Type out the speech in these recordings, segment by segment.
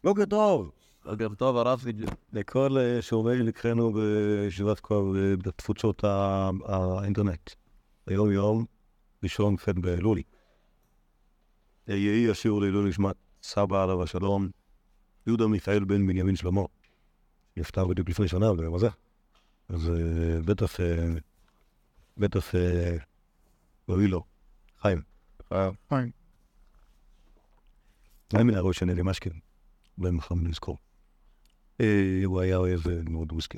בוקר טוב בוקר טוב, הרב. לכל שומעי לקחנו בישיבת כוח בתפוצות האינטרנט. היום יום ראשון ח' באלול. יהי השיעור לעילוי נשמת סבא עליו השלום, יהודה מיכאל בן בנימין שלמה, נפטר בדיוק לפני שנה ומה זה. אז בטח ראוי לו. חיים. חיים. היה מן הראש שני למשכן. לא מחם לזכור. הוא היה אוהב מאוד מסכן.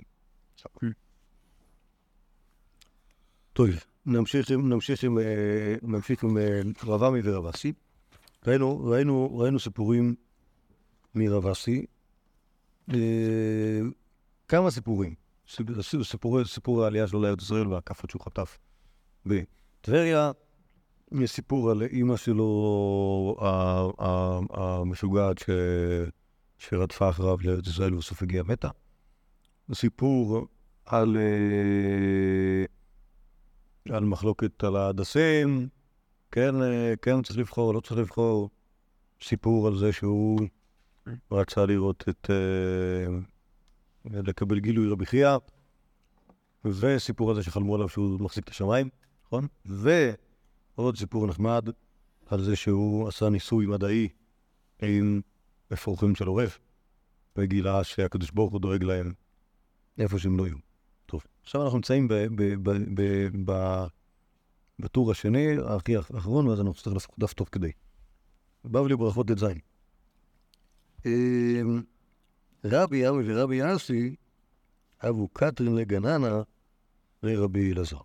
טוב, נמשיך עם רב עמי ורב אסי. ראינו סיפורים מרב אסי. כמה סיפורים. סיפור העלייה שלו לארץ ישראל והכאפות שהוא חטף בטבריה. יש סיפור על אמא שלו המשוגעת שרדפה אחריו לארץ ישראל ובסוף הגיעה מתה. סיפור על מחלוקת על ההדסים, כן צריך לבחור, לא צריך לבחור. סיפור על זה שהוא רצה לראות לקבל גילוי רבי חייא, וסיפור על זה שחלמו עליו שהוא מחזיק את השמיים, נכון? ועוד סיפור נחמד על זה שהוא עשה ניסוי מדעי עם אפרוחים של עורף, וגילה שהקדוש ברוך הוא דואג להם איפה שהם לא יהיו. טוב, עכשיו אנחנו נמצאים בטור השני, הכי האחרון, ואז אנחנו צריכים לעשות דף טוב כדי. בבלי ברכות את זין. רבי עמי ורבי אסי אבו קטרין לגננה לרבי אלעזר.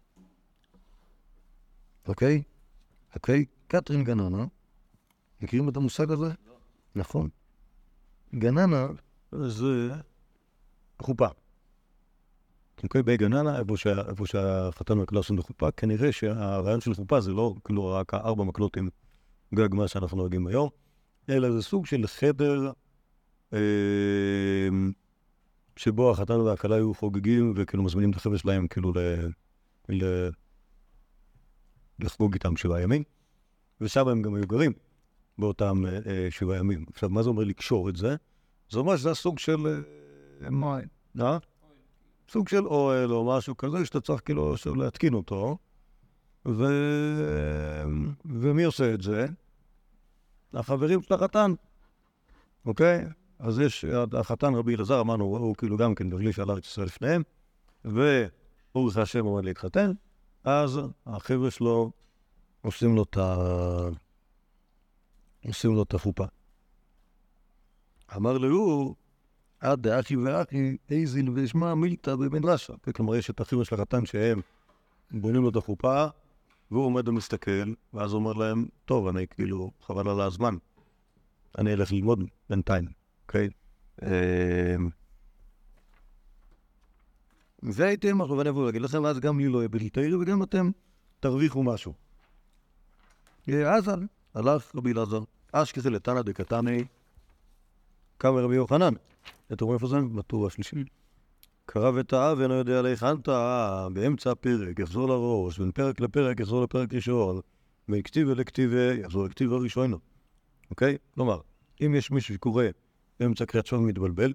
אוקיי? קטרין גננה. מכירים את המושג הזה? לא. נכון. גננה זה חופה. אוקיי, בגננה, איפה שהחתן והכלה עושים בחופה, כנראה שהרעיון של חופה זה לא כאילו רק 4 מקלות עם גג מה שאנחנו נוהגים היום, אלא זה סוג של חדר שבו החתן והכלה היו חוגגים וכאילו מזמינים את החבר'ה שלהם כאילו לחגוג איתם 7 ימים, ושם הם גם היו גרים באותם 7 ימים. עכשיו, מה זה אומר לקשור את זה? זה אומר שזה סוג של סוג של אוהל או משהו כזה שאתה צריך כאילו להתקין אותו. ומי עושה את זה? החברים של החתן. אוקיי? אז יש החתן רבי אלעזר, אמרנו, הוא כאילו גם כן בגלי שעלה את ישראל לפניהם, ואורך השם עומד להתחתן, אז החבר'ה שלו עושים לו את החופה. אמר לו, עד דאחי ואחי, איזיל ושמע מילתא במדרשה. כלומר, יש את החבר'ה של החתן שהם בונים לו את החופה, והוא עומד ומסתכל, ואז הוא אומר להם, טוב, אני כאילו, חבל על הזמן, אני אלך ללמוד בינתיים, אוקיי? והייתם, אנחנו נבוא להגיד לכם, אז גם לי לא יהיה בלתאיר, וגם אתם תרוויחו משהו. אז הלך רבי אלעזר, אשכחי לתנא דקתני, קם רבי יוחנן. אתם רואים איפה זה? בטור השלישי. קרב את האב ואינו יודע להיכן טעה, באמצע הפרק יחזור לראש, בין פרק לפרק יחזור לפרק ראשון, בין כתיבה לכתיבה יחזור לכתיבה ראשון. אוקיי? כלומר, אם יש מישהו שקורא באמצע קריאת שמע מתבלבל,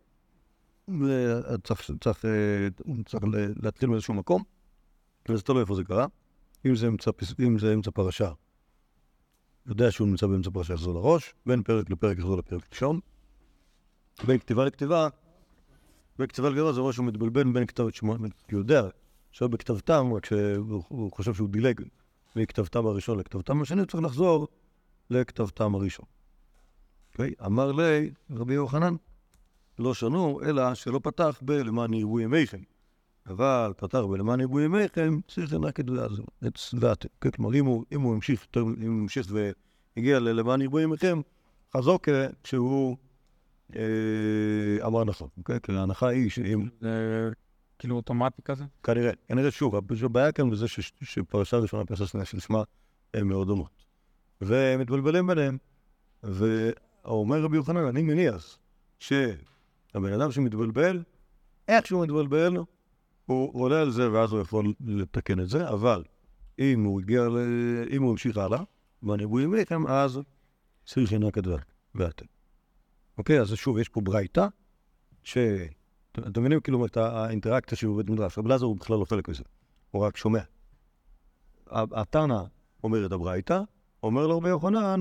וצריך להתחיל מאיזשהו מקום, אז תלוי איפה זה קרה. אם זה אמצע פרשה, יודע שהוא נמצא באמצע פרשה יחזור לראש, בין פרק לפרק יחזור לפרק ראשון, בין כתיבה לכתיבה, בכתיבה לכתיבה זה אומר שהוא מתבלבל בין כתבת שמוע, כי הוא יודע שהוא בכתבתם, רק שהוא חושב שהוא דילג מכתבתם הראשון לכתבתם השני, הוא צריך לחזור לכתבתם הראשון. אמר לי רבי יוחנן, לא שנו, אלא שלא פתח בלמען ירבו ימיכם. אבל פתח בלמען ירבו ימיכם, צריך רק את דעתם. כלומר, אם הוא המשיך והגיע ללמען ירבו ימיכם, חזוק כשהוא אמר נכון. כי ההנחה היא שאם... זה כאילו אוטומטי כזה? כנראה שוב, הבעיה כאן בזה שפרשה ראשונה פרשה שנייה של שמע הן מאוד דומות. ומתבלבלים ביניהם. ואומר רבי יוחנן, אני מניח שהבן אדם שמתבלבל, איך שהוא מתבלבל, הוא עולה על זה ואז הוא יכול לתקן את זה, אבל אם הוא המשיך הלאה, ואני בואים לכם, אז צריך לנק את ואתם. אוקיי, אז שוב, יש פה ברייתא, אתם מבינים כאילו את האינטראקציה שהוא בבית מדרש. רבי אלעזר הוא בכלל לא חלק מזה, הוא רק שומע. התנא אומר את הברייתא, אומר לו רבי יוחנן,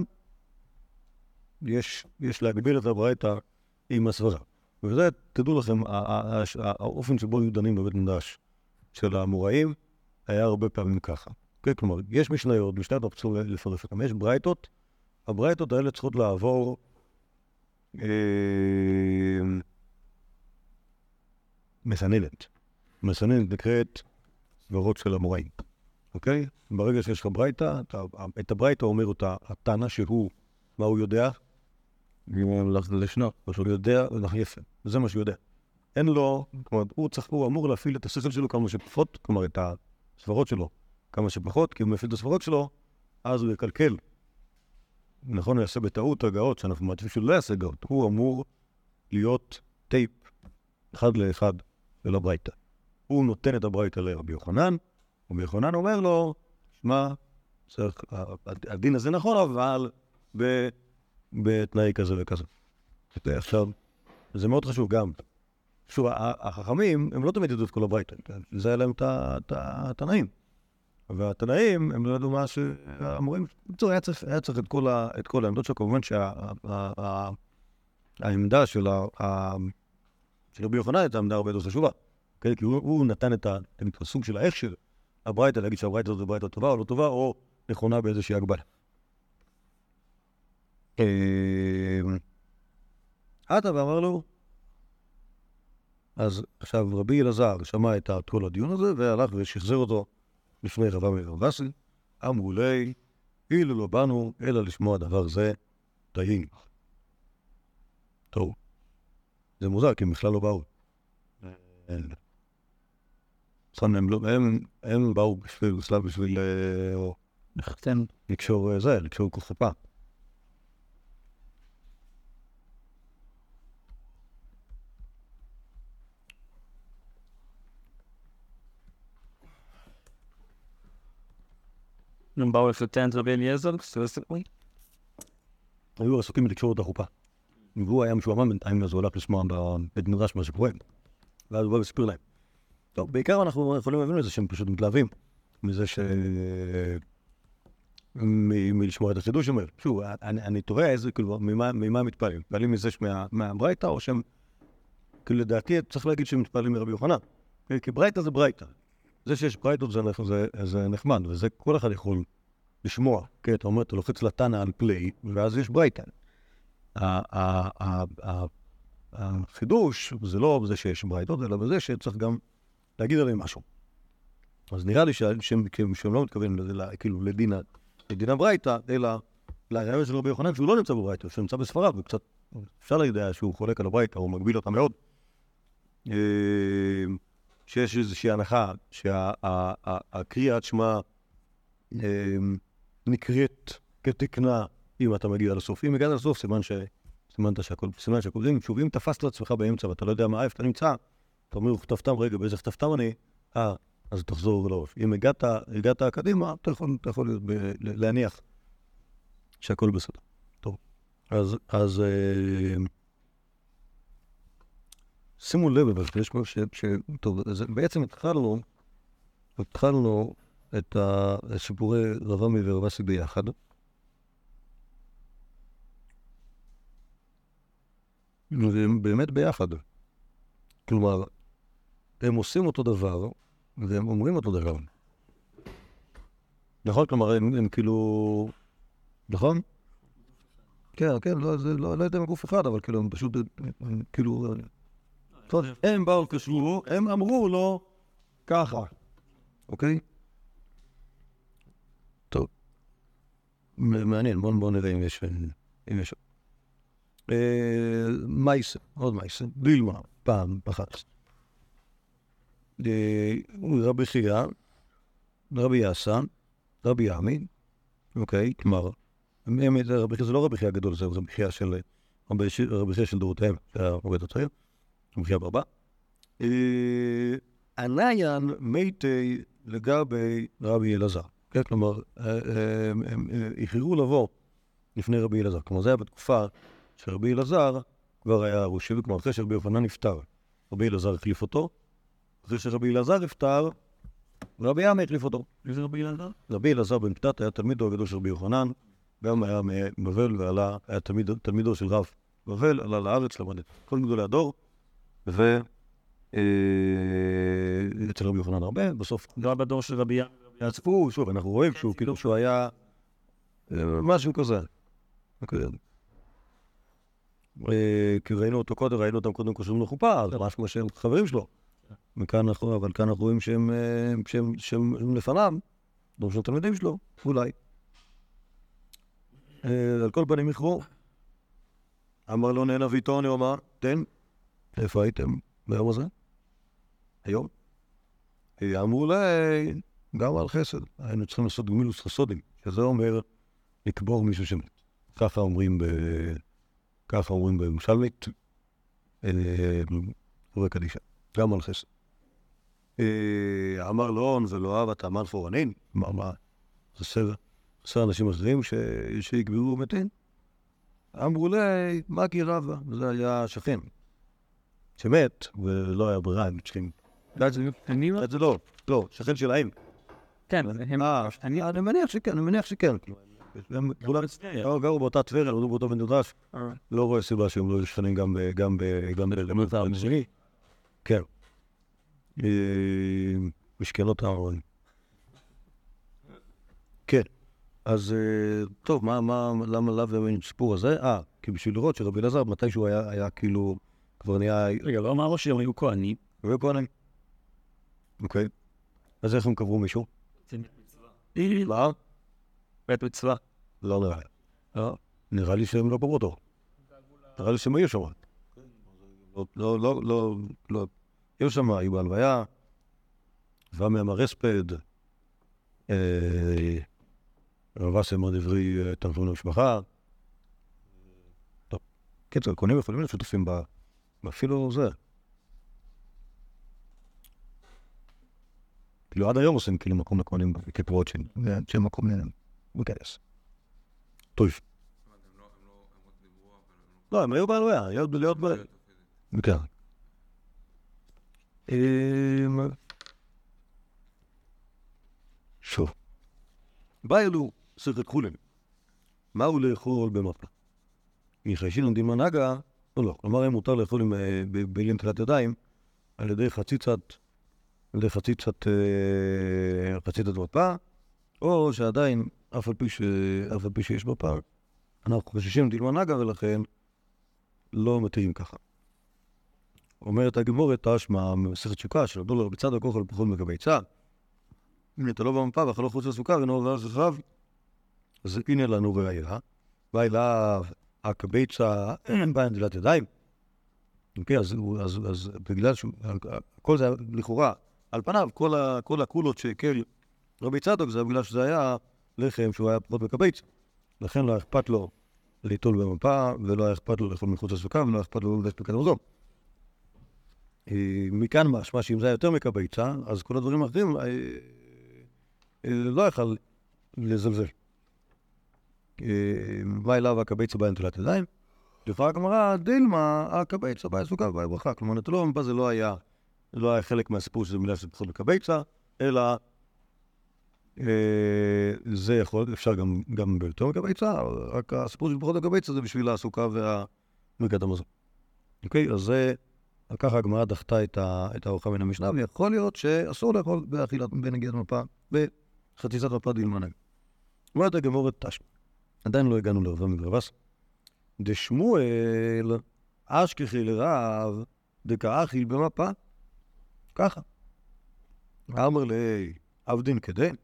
יש להגביל את הברייתא עם הסברה. וזה, תדעו לכם, האופן שבו היו דנים בבית מדרש של האמוראים היה הרבה פעמים ככה. Okay, כלומר, יש משניות, משניות אנחנו צריכים לפרש אותם, יש ברייתות, הברייתות האלה צריכות לעבור מסננת. מסננת נקראת סברות של אמוראים. אוקיי? ברגע שיש לך ברייתא, את הברייתא אומר אותה התנא שהוא, מה הוא יודע? לשנות. הוא יודע, יפה, זה מה שהוא יודע. אין לו, כלומר, הוא אמור להפעיל את השכל שלו כמה שפחות, כלומר, את הסברות שלו כמה שפחות, כי הוא מפעיל את הסברות שלו, אז הוא יקלקל. נכון, הוא יעשה בטעות הגאות, שאנחנו מעדיפים שהוא לא יעשה הגאות. הוא אמור להיות טייפ אחד לאחד של הברייתא. הוא נותן את הברייתא לרבי יוחנן, רבי יוחנן אומר לו, שמע, הדין הזה נכון, אבל בתנאי כזה וכזה. עכשיו, זה מאוד חשוב גם. שוב, החכמים, הם לא תמיד ידעו את כל הברייתא, זה היה להם את התנאים. והתנאים, הם לא ידעו מה שאמורים, בצור, היה צריך את כל העמדות שלו, כמובן שהעמדה של רבי יוחנן הייתה עמדה הרבה יותר חשובה. כי הוא נתן את הסוג של האיך של הברייתא, להגיד שהברייתא זאת ברייתא טובה או לא טובה, או נכונה באיזושהי הגבלה. עתה ואמר לו, אז עכשיו רבי אלעזר שמע את כל הדיון הזה, והלך ושחזר אותו לפני רבא מרב אסי, אמרו לי, אילו לא באנו, אלא לשמוע דבר זה, דיינו. טוב. זה מוזר, כי הם בכלל לא באו. הם באו בשביל לקשור כוחפה. הם באו לפתן את רבי אליעזר, ספציפי? היו עסוקים לקשור את החופה. והוא היה משועמם בינתיים, אז הוא הולך לשמוע בבית מדרש מה שקורה. ואז הוא בא להסביר להם. טוב, בעיקר אנחנו יכולים להבין מזה שהם פשוט מתלהבים. מזה מלשמוע את החידוש אומר. שוב, אני תוהה איזה, כאילו, ממה הם מתפעלים? מתפעלים מזה מהברייתא, או שהם, כאילו, לדעתי צריך להגיד שהם מתפעלים מרבי יוחנן. כי ברייתא זה ברייתא. זה שיש ברייתות זה נחמד, וזה כל אחד יכול לשמוע. כן, אתה אומר, אתה לוחץ לתנא על פליי, ואז יש ברייתא. החידוש זה לא בזה שיש ברייתות, אלא בזה שצריך גם להגיד עליהם משהו. אז נראה לי שהם לא מתכוונים כאילו לדין הברייתא, אלא לרעיון של רבי יוחנן שהוא לא נמצא בברייתא, שהוא נמצא בספרד, וקצת אפשר לדעת שהוא חולק על הברייתא, הוא מגביל אותה מאוד. שיש איזושהי הנחה שהקריאת שמע נקראת כתקנה אם אתה מגיע לסוף. אם הגעת לסוף, סימן שהכל, שוב, אם תפסת לעצמך באמצע ואתה לא יודע מה איפה אתה נמצא, אתה אומר, כתבתם, רגע, באיזה כתבתם אני, אז תחזור ולראש. אם הגעת קדימה, אתה יכול להניח שהכל בסדר. טוב, אז שימו לב, אבל יש כמו טוב, בעצם התחלנו את הסיפורי רבמי ורב אסי ביחד. והם באמת ביחד. כלומר, הם עושים אותו דבר, והם אומרים אותו דבר. נכון? כלומר, הם כאילו... נכון? כן, לא יודע מגוף אחד, אבל כאילו, הם פשוט... כאילו... הם באו קשרו, הם אמרו לו ככה. אוקיי? טוב. מעניין, בואו נראה אם יש... מייסה, עוד מייסה, דילמה, פעם, פחס. רבי חייא, רבי יאסן, רבי יעמי, אוקיי, כלומר, רבי חייא זה לא רבי חייא גדול, זה רבי חייא של דורותיהם, זה הרבה יותר צעיר, רבי חייא ברבא. עניין מיתי לגבי רבי אלעזר, כן, כלומר, הם איחרו לבוא לפני רבי אלעזר, כלומר, זה היה בתקופה שרבי אלעזר כבר היה ראשי, כמו אחרי שרבי יוחנן נפטר. רבי אלעזר החליף אותו, אחרי שרבי אלעזר נפטר, רבי עמי החליף אותו. איזה רבי אלעזר? רבי אלעזר בן פתת היה תלמידו הגדול של רבי יוחנן, גם היה מבבל ועלה, היה תלמידו של רב בבל, עלה לארץ, למד את כל גדולי הדור, אצל רבי יוחנן הרבה, בסוף... לא בדור של רבי יעצפו, שוב, אנחנו רואים שהוא כאילו שהוא היה משהו כזה. כי ראינו אותו קודם, ראינו אותם קודם קושרים לחופה, אז ממש כמו שהם חברים שלו. אבל כאן אנחנו רואים שהם לפניו, דור של תלמידים שלו, אולי. על כל פנים יכרו. אמר לו נהנה ויתון יאמר, תן, איפה הייתם ביום הזה? היום? אמרו לי, גם על חסד. היינו צריכים לעשות גמילוס חסודים, שזה אומר לקבור מישהו שמת. ככה אומרים בירושלמית, ובקדישה, גם על חסד. אמר לו, ולא אהב אתה אמן פורנין, מה? חסר אנשים אחרים שיקברו מתים. אמרו לי, מה כי רבה? זה היה שכן. שמת, ולא היה ברירה, הם צריכים... זה לא, שכן שלהם. כן, אני מניח שכן. הם גרו באותה טבריה, לא באותו בן דודש. לא רואה סיבה שהם לא שכנים גם בגמר שני. כן. משכנות ההורים. כן. אז טוב, למה לאו סיפור הזה? כי בשביל לראות שרבי אלעזר, מתי שהוא היה כאילו, כבר נהיה... רגע, לא אמרו שהם היו כהנים. היו כהנים. אוקיי. אז איך הם קברו מישהו? מה? בית מצווה. לא נראה לי. נראה לי שהם לא קברו אותו. נראה לי שהם היו שם. לא. היו שם, היו בהלוויה, ומאמר הספד, רבס אמר דברי תנחומים למשפחה. טוב, קיצר, כהנים יכולים להיות שותפים אפילו זה. כאילו עד היום עושים כאילו מקום לכהנים כקברות שהם מקום וכנס. טוב. לא, הם היו בהלוויה, להיות ב... כן. שוב. בא אלו סרט חולן. מהו לאכול במפה? מחיישין עומדים מנהגה, לא. כלומר, הם מותר לאכול בעלים תלת ידיים על ידי חציצת מפה, או שעדיין, אף על פי שיש מפה, אנחנו חוששים דילמה נגה ולכן לא מתירים ככה. אומרת הגמורת תשמע מסכת סוכה של הדולר בצד הכוחל פחות מקביצה. אם אתה לא במפה ואתה לא חוץ לסוכה ונור ועל זכרב, אז הנה לנו ראייה. בא אליו הקביצה בא נדילת ידיים. אוקיי, אז בגלל שכל זה לכאורה, על פניו, כל הקולות שהקל רבי צדוק זה בגלל שזה היה לחם שהוא היה פחות מקביץ. לכן לא היה אכפת לו ליטול במפה, ולא היה אכפת לו לאכול מחוץ לסוכה, ולא היה אכפת לו לבדק בקד המזון. מכאן משמע שאם זה היה יותר מקביצה, אז כל הדברים האחרים לא יכל לזלזל. בא אליו הקביצה בא נטילת ידיים, לפעמים הגמרא דילמה, הקביצה בא סוכה ובא ברכה. כלומר, נטולו במפה זה לא היה חלק מהסיפור שזה מילה של פחות מקביצה, אלא זה יכול, אפשר גם ביותר מקביצה, רק הסיפור של פחות מקביצה זה בשביל הסוכה ומקד המזון. אוקיי, אז זה, ככה הגמרא דחתה את הארוחה מן המשנה, ויכול להיות שאסור לאכול באכילת בנגיעת מפה, בחציצת מפה דילמה נגד. אומרת הגמורת תשמע, עדיין לא הגענו לרבא מגרבס. דשמואל אשכחי לרב דקאכיל במפה. ככה. אמר לי, עבדין כדין.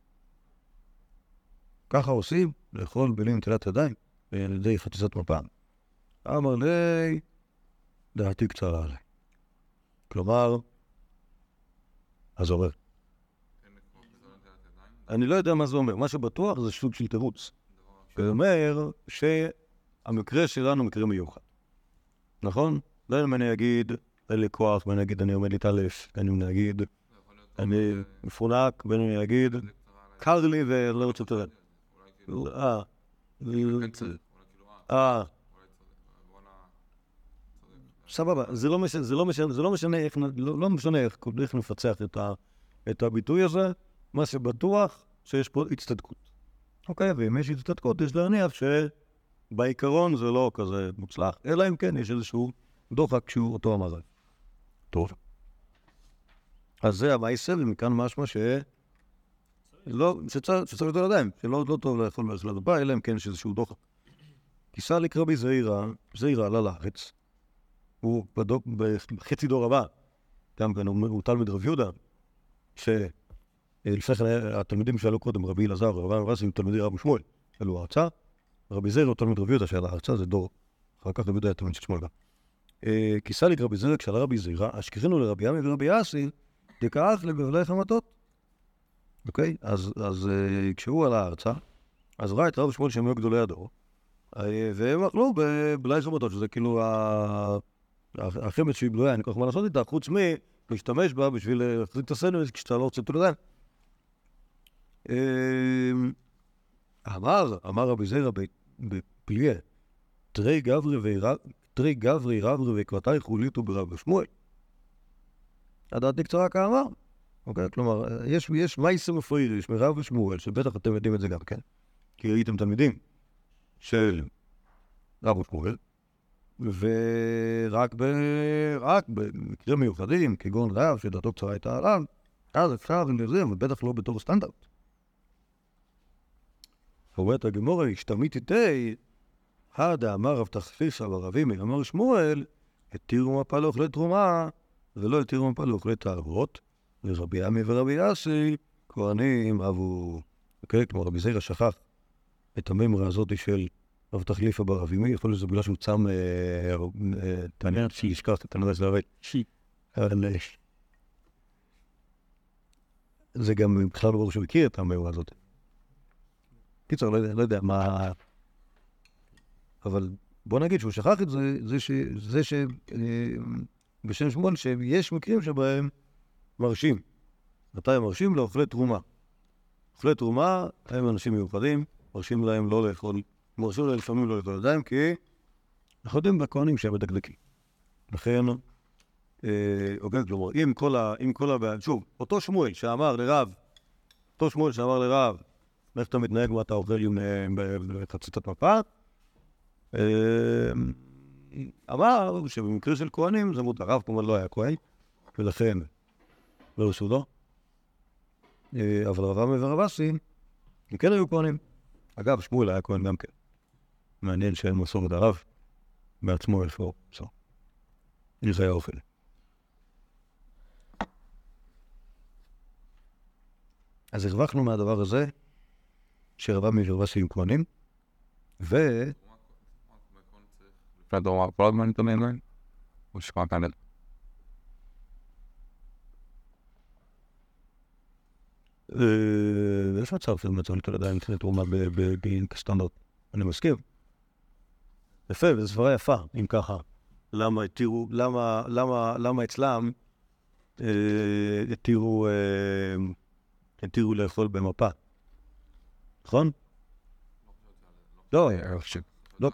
ככה עושים, לאכול בלי נטילת ידיים, על ידי חציצת מפה. אמר לי, דעתי קצרה עליי. כלומר, אז אומר. אני לא יודע מה זה אומר. מה שבטוח זה סוג של תירוץ. זה אומר שהמקרה שלנו מקרה מיוחד. נכון? לא אם אני אגיד, אין לי כוח, ואני אגיד, אני עומד להתעלף, אני אגיד, אני מפונק, ואני אגיד, קר לי ולא רוצה לתרד. סבבה, זה לא משנה איך נפצח את הביטוי הזה, מה שבטוח שיש פה הצטדקות. אוקיי, ואם יש הצטדקות, יש להניח שבעיקרון זה לא כזה מוצלח, אלא אם כן יש איזשהו דוחק שהוא אותו המזל. טוב. אז זה המעשה, ומכאן משמע שצריך לתת ידיים, שלא טוב לאכול מאכילת הבא, אלא אם כן יש איזשהו דוחק. כיסה לקרבי זעירה עלה לארץ, הוא בחצי דור הבא, גם כן הוא תלמיד רב יהודה, שלפני כן התלמידים שעלו קודם, רבי אלעזר ורבי אברסי, תלמידי רבי שמואל, עלו ארצה, רבי זעירה הוא תלמיד רב יהודה שעלה ארצה, זה דור, אחר כך רבי יהודה היה תלמיד של שמואל גם. כיסה לקרבי זעירה, כשעלה רבי זעירה, אשכחנו לרבי עמי ורבי אסי, דקאח לבבלי חמתות. אוקיי? אז כשהוא עלה ארצה, אז ראה את רב שמואל שהם היו גדולי הדור, והם אכלו בבלי חמתות, שזה כאילו החמץ שהיא בלויה, אין כל כך מה לעשות איתה, חוץ להשתמש בה בשביל להחזיק את הסנדוויץ' כשאתה לא רוצה לתת ידיים. אמר רבי זעירה בפליה, תרי גברי רברי וקבתי חוליתו ברב שמואל. הדעתי קצרה כאמר. אוקיי? כלומר, יש מייסר מפריש מרב שמואל, שבטח אתם יודעים את זה גם כן, כי הייתם תלמידים של רב שמואל, ורק במקרים מיוחדים, כגון רב שדעתו קצרה הייתה עליו, אז אפשר לזה, אבל בטח לא בתור סטנדרט. אומרת הגמורה, השתמית איתי, אמר רב תחפיסה ברבים, אמר שמואל, התירו מפה לאוכלי תרומה, ולא התירו מפה לאוכלי תערובות, ורבי עמי ורבי אסי, כהנים אבו. אוקיי, כמו רבי זעירה שכח את הממרה הזאת של רב תחליפה ברבימי, יכול להיות שזה בגלל שהוא צם תעניין שישכח את הנדס להרי. זה גם בכלל לא ברור שהוא הכיר את הממרה הזאת. קיצר, לא יודע מה... אבל בוא נגיד שהוא שכח את זה בשם שמואל שיש מקרים שבהם מרשים. מתי הם מרשים? לאוכלי תרומה. אוכלי תרומה הם אנשים מיוחדים, מרשים להם לא לאכול, מרשים להם לפעמים לא לאכול ידיים, כי אנחנו יודעים בכהנים שהם מדקדקים. לכן, כלומר, אם כל הבעיה, שוב, אותו שמואל שאמר לרב, איך אתה מתנהג מה אתה אוכל עם חציצת מפה, אמר שבמקרה של כהנים זה מותר. הרב כמובן לא היה כהן, ולכן לא עשו לו. אבל רב עמי ורב אסי, הם כן היו כהנים. אגב, שמואל היה כהן גם כן. מעניין שאין מסורת הרב בעצמו איפה. איך היה אוכל. אז הרווחנו מהדבר הזה שרב עמי ורב אסי היו כהנים, לפני דור כל הזמן נתונים להם? או שכמה כאן? יש מצב של מצב לתת ידיים לפני תרומה כסטנדרט. אני מסכים. יפה, וזו סברה יפה, אם ככה. למה אצלם התירו לאכול במפה? נכון? לא, לא.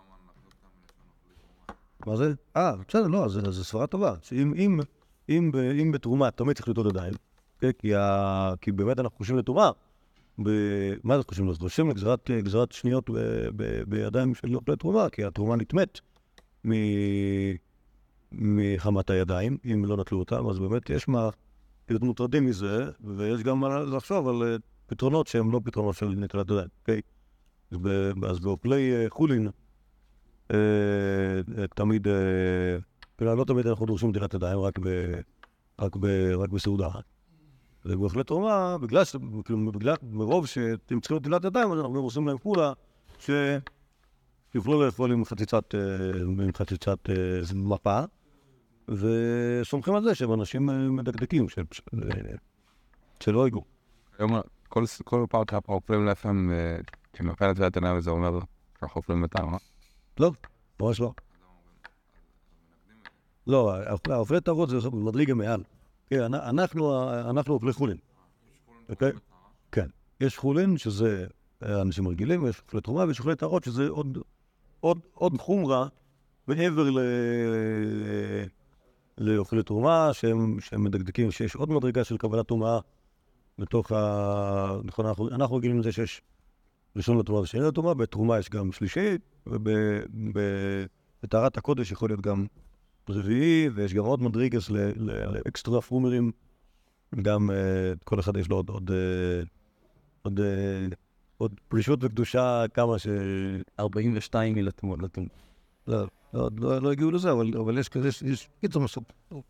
מה זה? בסדר, לא, זו סברה טובה. אם בתרומה תמיד צריך לתת ידיים, כי באמת אנחנו חושבים לתרומה. מה זה חושבים? אז חושבים לגזרת שניות בידיים של אוכלי תרומה, כי התרומה נטמאת מחמת הידיים, אם לא נטלו אותם, אז באמת יש מה להיות מוטרדים מזה, ויש גם מה לחשוב על פתרונות שהם לא פתרונות של נטילת ידיים, אוקיי? אז באוכלי חולין, תמיד, לא תמיד אנחנו דורשים נטילת ידיים, רק בסעודה. ובאוכלי תרומה, בגלל מרוב שאתם צריכים נטילת ידיים, אז אנחנו עושים להם פעולה שיוכלו לאכול עם חציצת מפה, וסומכים על זה שהם אנשים מדקדקים, שלא ייגעו. היום כל פעם שאנחנו אוכלים לחם, כשנופלת ואת עיניים וזה אומר שאנחנו אוכלים בטעם, לא? לא, ממש לא. לא, האוכלי תערובות זה מדרגה מעל. אנחנו אוכלי חולין. כן. יש חולין שזה אנשים רגילים, יש אוכלי תרומה, ויש אוכלי תערובות שזה עוד חומרה מעבר לאוכלי תרומה, שהם מדקדקים שיש עוד מדרגה של קבלת טומאה בתוך נכון, אנחנו רגילים לזה שיש ראשון לטומאה ושני לטומאה, בתרומה יש גם שלישי, ובטהרת הקודש יכול להיות גם רביעי, ויש גם עוד מדרגס לאקסטרה פרומרים, גם כל אחד יש לו עוד פרישות וקדושה, כמה 42 מלטומאה. לא הגיעו לזה, אבל יש כזה, יש קיצור מסוג.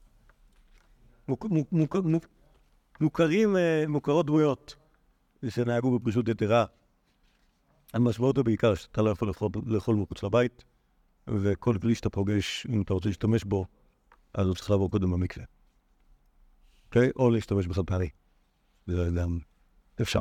מוכרות דמויות שנהגו בפרישות יתרה. המשמעות הוא בעיקר שאתה לא יכול לאכול מחוץ לבית, וכל כלי שאתה פוגש, אם אתה רוצה להשתמש בו, אז הוא צריך לעבור קודם במקווה. אוקיי? או להשתמש בחד פעמי. זה גם אפשר.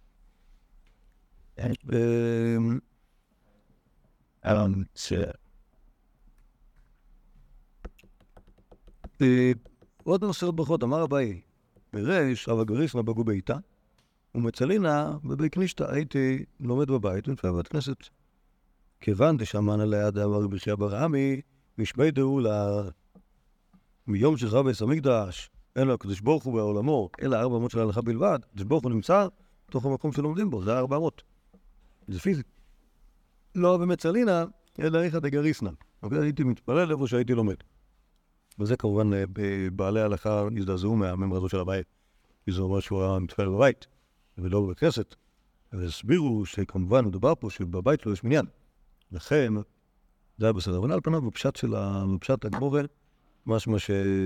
עוד נושא ברכות, אמר אביי, בריש, רב הגריסנא בגו ביתה, ומצלינה בבי כנישתא, הייתי לומד בבית, לפני בית כנסת. כיוון דשמען עליה דאמר רבי חייא בר עמי, משמי דאולה, מיום שחרב בית המקדש, אין לו הקדוש ברוך הוא בעולמו, אלא 400 של ההלכה בלבד, הקדוש ברוך הוא נמצא בתוך המקום שלומדים בו, זה 400. זה פיזית. לא במצלינה, אלא איכא דגריסנא. הייתי מתפלל איפה שהייתי לומד. וזה כמובן בעלי ההלכה הזדעזעו מהממרה הזו של הבית, כי זה אומר שהוא היה מתפלל בבית, ולא בבית כנסת. והסבירו שכמובן מדובר פה שבבית לא יש מניין. לכן, זה היה בסדר. אבל על פניו בפשט הגמורה, משמע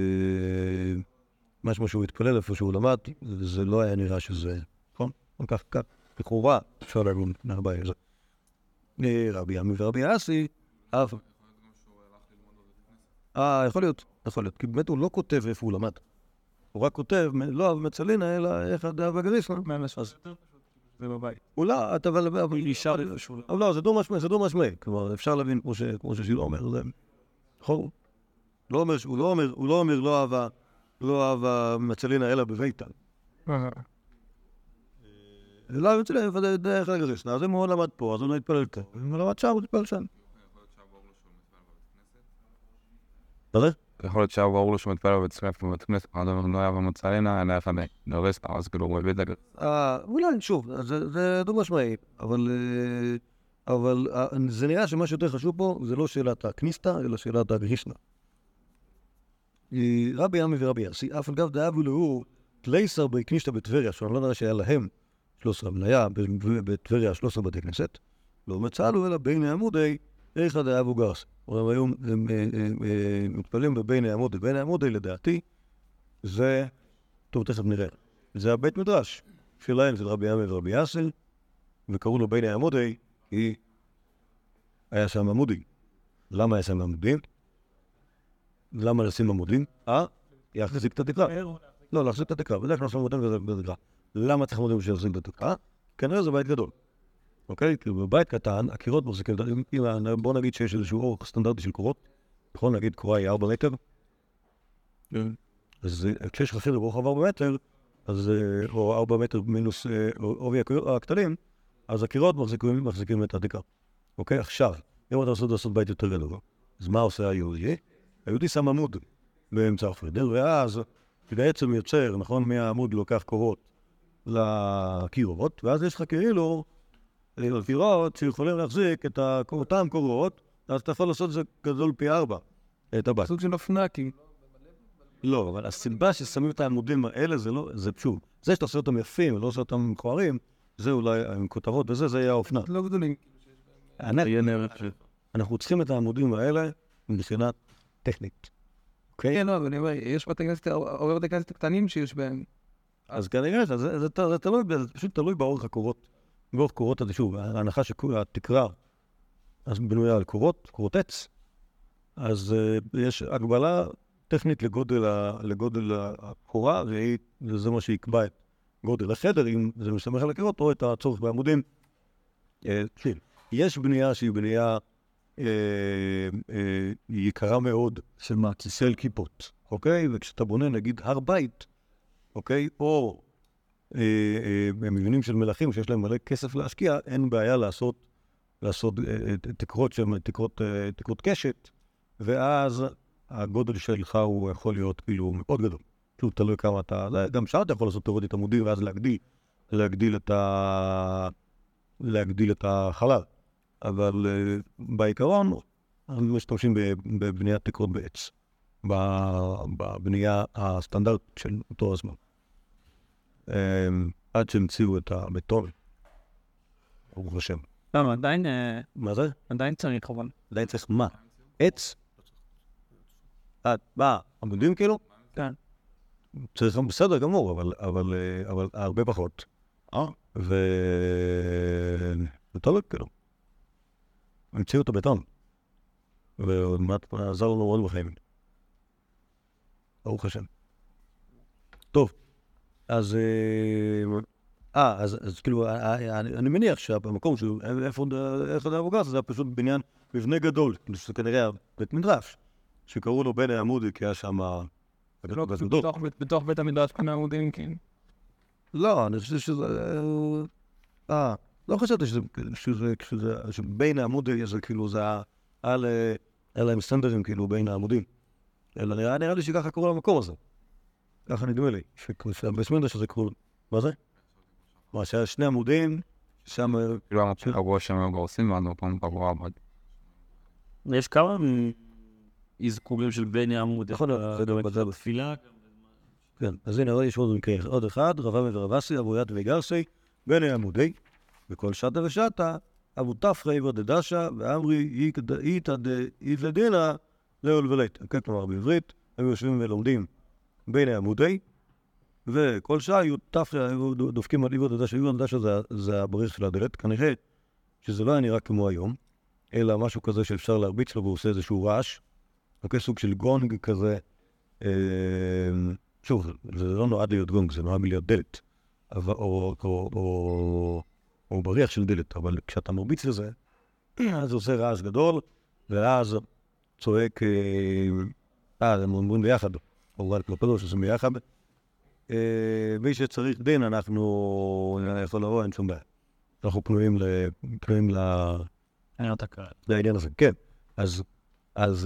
שהוא התפלל איפה שהוא למד, זה לא היה נראה שזה, נכון? כך, לכאורה, אפשר להגון מהבית הזה. רבי עמי ורבי אסי, אף... יכול להיות, כי באמת הוא לא כותב איפה הוא למד. הוא רק כותב, לא מצלינה, אלא איך הדעה בגריסנא. זה בבית. אולי, אבל נשאר איפשהו. אבל לא, זה דו משמעי. כלומר, אפשר להבין, כמו ששילה אומר, זה... נכון? הוא לא אומר, לא אהבה מצלינה, אלא בביתה. לא, מצלינה, דרך הגריסנא. אז אם הוא למד פה, אז הוא לא יתפלל פה. אם הוא למד שם, הוא יתפלל שם. יכול להיות שהיה ברור לו שהוא מתפלל בבית כנסת, אחד אומר לא היה במצלינה, אלא אחד דרסת, אז כאילו הוא הביא את זה. אולי, שוב, זה דו משמעי, אבל זה נראה שמה שיותר חשוב פה זה לא שאלת הכניסתא, אלא שאלת הגריסנא. רבי עמי ורבי אסי, אף על גב דאבו לו תלייסר בכניסתא בטבריה, שאני לא נראה שהיה להם 13 מניה, בטבריה 13 בתי כנסת, לא מצאלו אלא בין העמודי, איכא דאבו גרס. הם היו מתפללים בבין העמודי. בין העמודי, לדעתי, זה, טוב, תכף נראה. זה הבית מדרש שלהם, של רבי עמי ורבי אסי, וקראו לו בין העמודי, כי היה שם עמודי. למה היה שם עמודים? למה לשים עמודים? להחזיק את התקרה. לא, להחזיק את התקרה. בדרך כלל עמודים בתקרה. למה צריך עמודים בשביל להחזיק את התקרה? כנראה זה בית גדול. אוקיי? כי בבית קטן, הקירות מחזיקים, בוא נגיד שיש איזשהו אורך סטנדרטי של קורות, נכון? נגיד קורה היא 4 מטר. אז כשיש לך חדר ברוחב 4 מטר, או 4 מטר מינוס עובי הקטנים, אז הקירות מחזיקים את התקרה. אוקיי? עכשיו, אם אתה רוצה לעשות בית יותר גדול, אז מה עושה היהודי? היהודי שם עמוד באמצע החדר, ואז בעצם יוצר, נכון? מהעמוד לוקח קורות לקירות, ואז יש לך כאילו קירות שיכולים להחזיק את אותם קורות, אז אתה יכול לעשות את זה גדול פי 4, את הבית. סוג של אופנקים. לא, אבל הסיבה ששמים את העמודים האלה זה לא, זה פשוט. זה שאתה עושה אותם יפים, לא עושה אותם מכוערים, זה אולי עם כותרות וזה, זה יהיה האופנה. לא גדולים. אנחנו צריכים את העמודים האלה מבחינה טכנית. אוקיי? כן, לא, אבל אני אומר, יש בתי כנסת קטנים שיש בהם. אז כנראה, זה פשוט תלוי באורך הקורות. באורך קורות הזה, שוב, ההנחה שהתקרה אז בנויה על קורות עץ, אז יש הגבלה טכנית לגודל הקורה, וזה מה שיקבע את גודל החדר, אם זה מסתמך על הקירות, או את הצורך בעמודים. יש בנייה שהיא בנייה יקרה מאוד של כיפות, אוקיי? וכשאתה בונה נגיד הר בית, אוקיי? או מבנים של מלכים שיש להם מלא כסף להשקיע, אין בעיה לעשות תקרות שהן תקרות קשת, ואז הגודל שלך הוא יכול להיות כאילו מאוד גדול. כאילו תלוי כמה אתה, גם שם אתה יכול לעשות תיאורטית עמודים ואז להגדיל את החלל. אבל בעיקרון, אנחנו משתמשים בבניית תקרות בעץ. בבנייה הסטנדרט של אותו הזמן. עד שהמציאו את הבטון. ברוך השם. למה, עדיין... מה זה? עדיין צריך, אבל... עדיין צריך מה? עץ? מה? עמודים כאילו? כן. צריך בסדר גמור, אבל הרבה פחות. ותלוי כאילו. המציאו את הבטון. ועזר לנו מאוד בחיים. ברוך השם. טוב, אז כאילו, אני מניח שבמקום איפה אבוגרס, זה היה פשוט בניין, מבנה גדול, שזה כנראה בית מדרש, שקראו לו בני עמודי, כי היה שם... בתוך בית המדרש בני עמודים, כן. לא, אני חושב שזה... לא חשבתי שזה בין העמודי, זה כאילו, זה היה להם סטנדרים, כאילו, בין העמודים. אלא נראה לי שככה קראו למקום הזה. ככה נדמה לי, שבסמנדר שזה קראו... מה זה? מה, שהיה שני עמודים, שם... כאילו הראש שם גורסים, ואנו פעם פגוע עבד. יש כמה אזכורים של בני עמוד. נכון, זה גם בזה בתפילה. כן, אז הנה, יש עוד אחד, רבמי ורבסי, אבוית וגרסי, בני עמודי, וכל שטה ושטה, אבו תפרי ודדשה, ואמרי איתא דאיתלדינה, לאול ולית. כן, כלומר, בעברית, הם יושבים ולומדים בני עמודי, וכל שעה היו תפרי, היו דופקים על עיבור דדשה. עיבור דדשה זה הבריך של הדלת, כנראה שזה לא היה נראה כמו היום, אלא משהו כזה שאפשר להרביץ לו והוא עושה איזשהו רעש, אוקיי, סוג של גונג כזה. שוב, זה לא נועד להיות גונג, זה נועד להיות דלת, או בריח של דלת, אבל כשאתה מרביץ לזה, אז זה עושה רעש גדול, ואז צועק, הם אומרים ביחד, או לא שעושים ביחד, מי שצריך דין, אנחנו יכול לבוא, אין שום בעיה. אנחנו פנויים לעניין הזה, כן. אז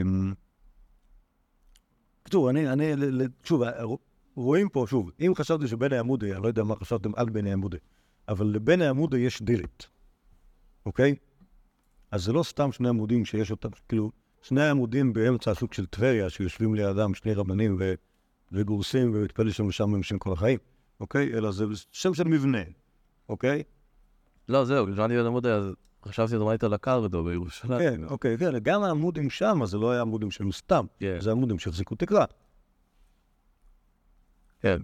כתוב, שוב, רואים פה, שוב, אם חשבתי שבני עמודי, אני לא יודע מה חשבתם על בני עמודי, אבל לבני עמודי יש דלת, אוקיי? אז זה לא סתם שני עמודים שיש אותם, כאילו, שני עמודים באמצע הסוג של טבריה, שיושבים לידם שני רבנים וגורסים ומתפלל שם ושם כל החיים, אוקיי? אלא זה שם של מבנה, אוקיי? לא, זהו, כשאני בן עמודי, אז חשבתי לדבר איתו לקר ודו בירושלים. כן, אוקיי, כן, גם העמודים שם, זה לא היה עמודים של סתם, זה עמודים שהחזיקו תקרה. כן.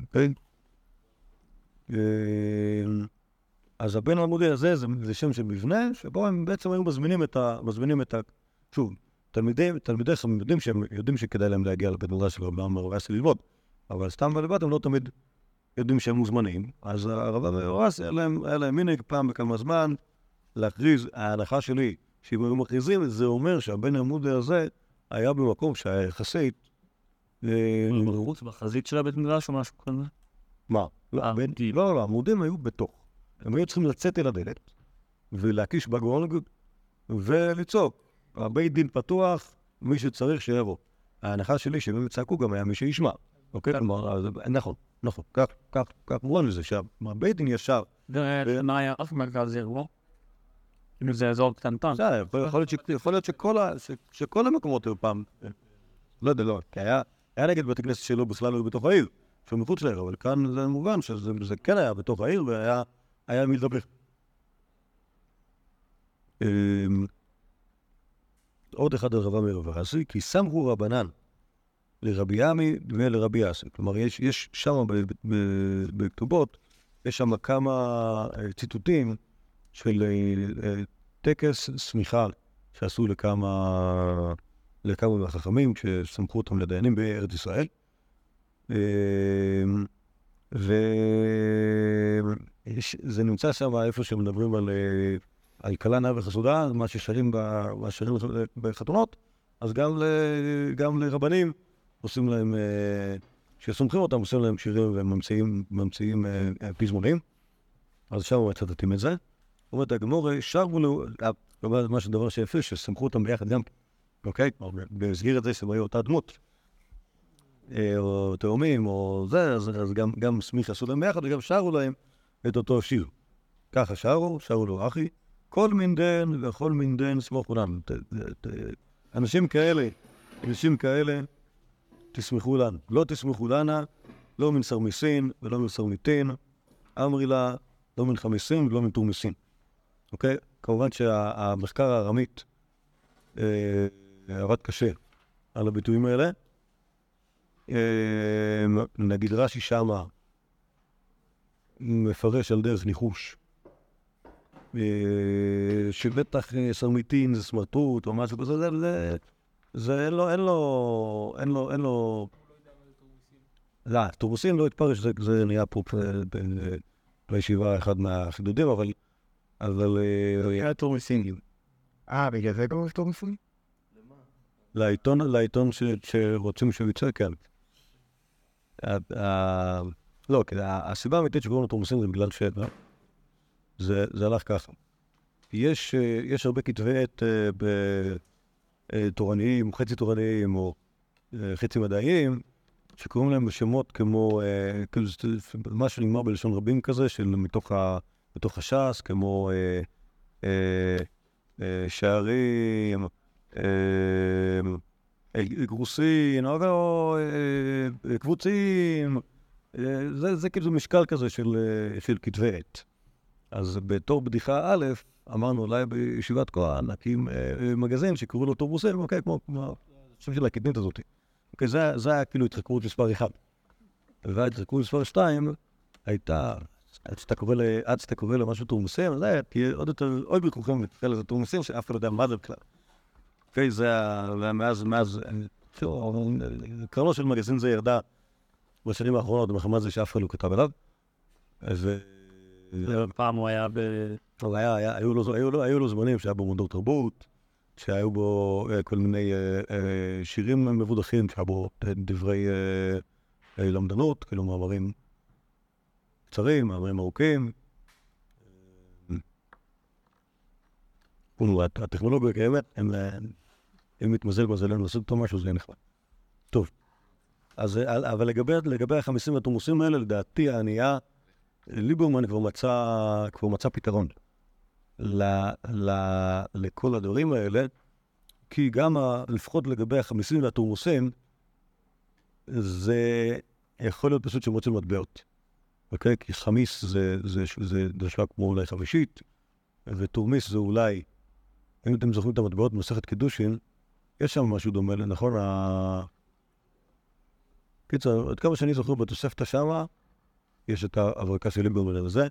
אז הבן העמודי הזה זה שם של מבנה, שבו הם בעצם היו מזמינים את ה... שוב, תלמידי חכמים יודעים שהם יודעים שכדאי להם להגיע לבית מדרש של רבי עמר ורבסי ללמוד, אבל סתם ולבד הם לא תמיד יודעים שהם מוזמנים. אז הרב עמר ורבסי היה להם מנהג פעם בכמה זמן להכריז. ההנחה שלי, שאם היו מכריזים, זה אומר שהבן העמודי הזה היה במקום שהיה יחסית... מחוץ בחזית של הבית מדרש או משהו כזה? מה? לא, העמודים היו בתוך. הם היו צריכים לצאת אל הדלת ולהקיש בגונג ולצעוק. הבית דין פתוח, מי שצריך שיבוא. ההנחה שלי שאם הם צעקו גם היה מי שישמע. אוקיי? נכון. כך מובן לזה שהבית דין ישר. ומה היה אף מרכז אירוע? כאילו זה אזור קטנטן. יכול להיות שכל המקומות היו פעם. לא יודע, לא. כי היה נגד בית הכנסת שלו בכלל לא בתוך העיר. שהוא מחוץ לעיר, אבל כאן זה מובן שזה כן היה בתוך העיר והיה מי לדבר. עוד אחד על רב עמר ורבסי, כי סמכו רבנן לרבי עמי ולרבי אסי. כלומר, יש שם בכתובות, יש שם כמה ציטוטים של טקס סמיכה שעשו לכמה מהחכמים כשסמכו אותם לדיינים בארץ ישראל. וזה נמצא שם איפה שמדברים על כלה נאה וחסודה, מה ששרים בחתונות, אז גם לרבנים עושים להם, כשסומכים אותם עושים להם שירים וממציאים פזמונים, אז שם מצטטים את זה. אומרת הגמורה, שרו לו, מה שדבר שיפה, שסמכו אותם ביחד גם, אוקיי? במסגרת זה שהם היו אותה דמות, או תאומים, או זה, אז גם סמיך עשו להם ביחד, וגם שרו להם את אותו שיר. ככה שרו לו אחי, כל מין דן וכל מין דן סמוך לנו. אנשים כאלה, תסמכו לנו. לא תסמכו לנה, לא מן סרמיסין ולא מן סרמיתין, אמרי לה, לא מן חמיסין ולא מן תורמיסין. אוקיי? כמובן שהמחקר הארמית עבד קשה על הביטויים האלה. נגיד רש"י שמה מפרש על דרך ניחוש, שבטח סרמיתין זה סמרטוט או משהו כזה, זה אין לו... לא, תורמוסין לא התפרש, זה נהיה פה בישיבה אחד מהחידודים, אבל... היה תורמיסין. בגלל זה קוראים תורמוסין? לעיתון שרוצים שהוא יצא, כן. לא, הסיבה האמיתית שקוראים לתורמוסין זה בגלל זה הלך ככה. יש הרבה כתבי עת תורניים, חצי תורניים או חצי מדעיים, שקוראים להם בשמות כמו, מה שנגמר בלשון רבים כזה, של מתוך הש"ס, כמו שערים, גרוסין, או קבוצים, זה כאילו משקל כזה של כתבי עת. אז בתור בדיחה א', אמרנו אולי בישיבת כהן, נקים מגזין שקראו לו תורמוסין, אוקיי, כמו השם של הקדמית הזאת. אוקיי, זה היה כאילו התחכמות מספר 1. וההתחכמות מספר 2 הייתה, עד שאתה קורא למשהו תורמוסין, זה היה תהיה עוד יותר, עוד בכוחים ותקרא לזה תורמוסין, שאף אחד לא יודע מה זה בכלל. אוקיי, זה היה מאז, קרנו של מגזין זה ירדה בשנים האחרונות, במחמד זה שאף אחד לא כתב עליו. פעם הוא היה היו לו זמנים שהיה בו מודעות תרבות, שהיו בו כל מיני שירים מבודחים, שהיה בו דברי למדנות, כאילו מאמרים קצרים, מאמרים ארוכים. הטכנולוגיה קיימת, אם מתמזל מזלנו לעשות אותו משהו, זה יהיה נחמד. טוב, אבל לגבי החמיסים והתורמוסים האלה, לדעתי הענייה, ליברמן כבר מצא פתרון לכל הדברים האלה, כי גם לפחות לגבי החמיסים והתורמוסים, זה יכול להיות פשוט שמות של מטבעות. אוקיי? כי חמיס זה דרשה כמו אולי חמישית, ותורמיס זה אולי, אם אתם זוכרים את המטבעות במסכת קידושין, יש שם משהו דומה, נכון? קיצר, עד כמה שאני זוכר בתוספתא שמה, יש את ההברקה של ליברמן לזה,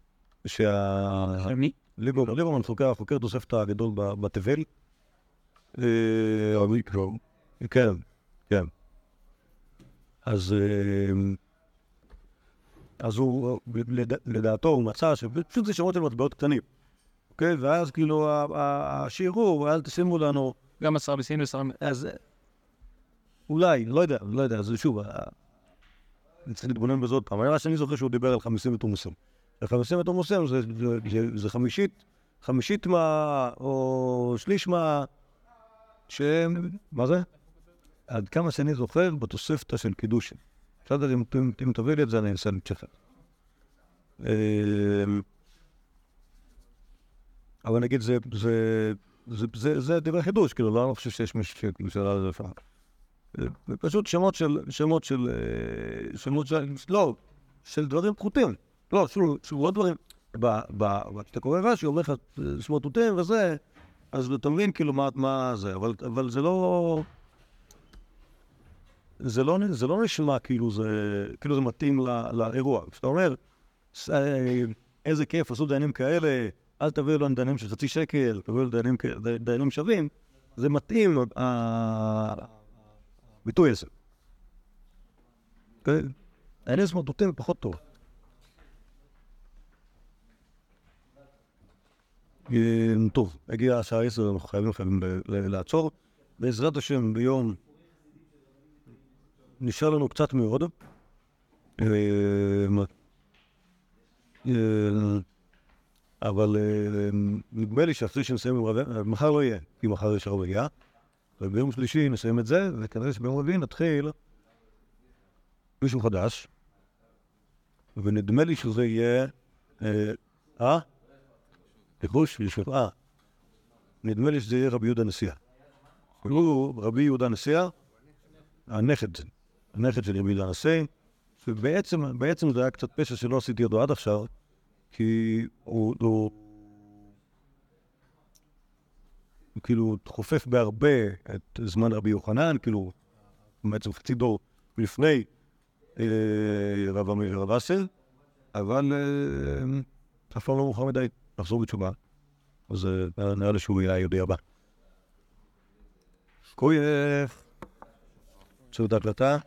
מי? ליברמן חוקר תוספתא הגדול בתבל. כן, כן. אז הוא, לדעתו, הוא מצא שפשוט זה שמות של מטבעות קטנים. אוקיי? ואז כאילו השיעור, אל תשימו לנו... גם הסרמיסין וסרמיסין. אז אולי, לא יודע, אז שוב, אני צריך להתבונן בזאת פעם. היה שאני זוכר שהוא דיבר על חמיסים ותורמוסים. חמיסים ותורמוסים זה חמישית מה, או שליש מה, מה זה? עד כמה שאני זוכר בתוספתא של קידושין. בסדר, אם תביא לי את זה, אני אנסה לצ'כר. אבל נגיד, זה דברי חידוש, כאילו, לא חושב שיש מישהו שאלה לזה פעם. פשוט שמות של דברים פחותים. לא, לא דברים. כשאתה קורא רש"י, אומר לך סמרטוטים וזה, אז אתה מבין כאילו מה זה, אבל זה לא נשמע כאילו זה מתאים לאירוע. כשאתה אומר, איזה כיף, עשו דיינים כאלה, אל תביאו לנו דיינים של חצי שקל, תביאו דיינים שווים, זה מתאים ביטוי הזה. דיינים סמרטוטים פחות טוב. טוב, הגיעה השעה 10, אנחנו חייבים לעצור. בעזרת השם ביום נשאר לנו קצת מאוד. אבל נדמה לי שאחרי שנסיים עם רבי, מחר לא יהיה, כי מחר יש רבייה. וביום שלישי נסיים את זה, וכנראה שביום רביעי נתחיל מישהו חדש, ונדמה לי שזה יהיה... ניחוש? נדמה לי שזה יהיה רבי יהודה נשיאה. הוא רבי יהודה נשיאה, הנכד של רבי יהודה נשיאה, ובעצם זה היה קצת פשע שלא עשיתי אותו עד עכשיו, כי הוא כאילו חופף בהרבה את זמן רבי יוחנן, כאילו בעצם חצי דור לפני רב אסר, אבל אף פעם לא מאוחר מדי לחזור בתשובה, אז נראה לי שהוא יהיה היהודי הבא. כויף. צאו את ההקלטה.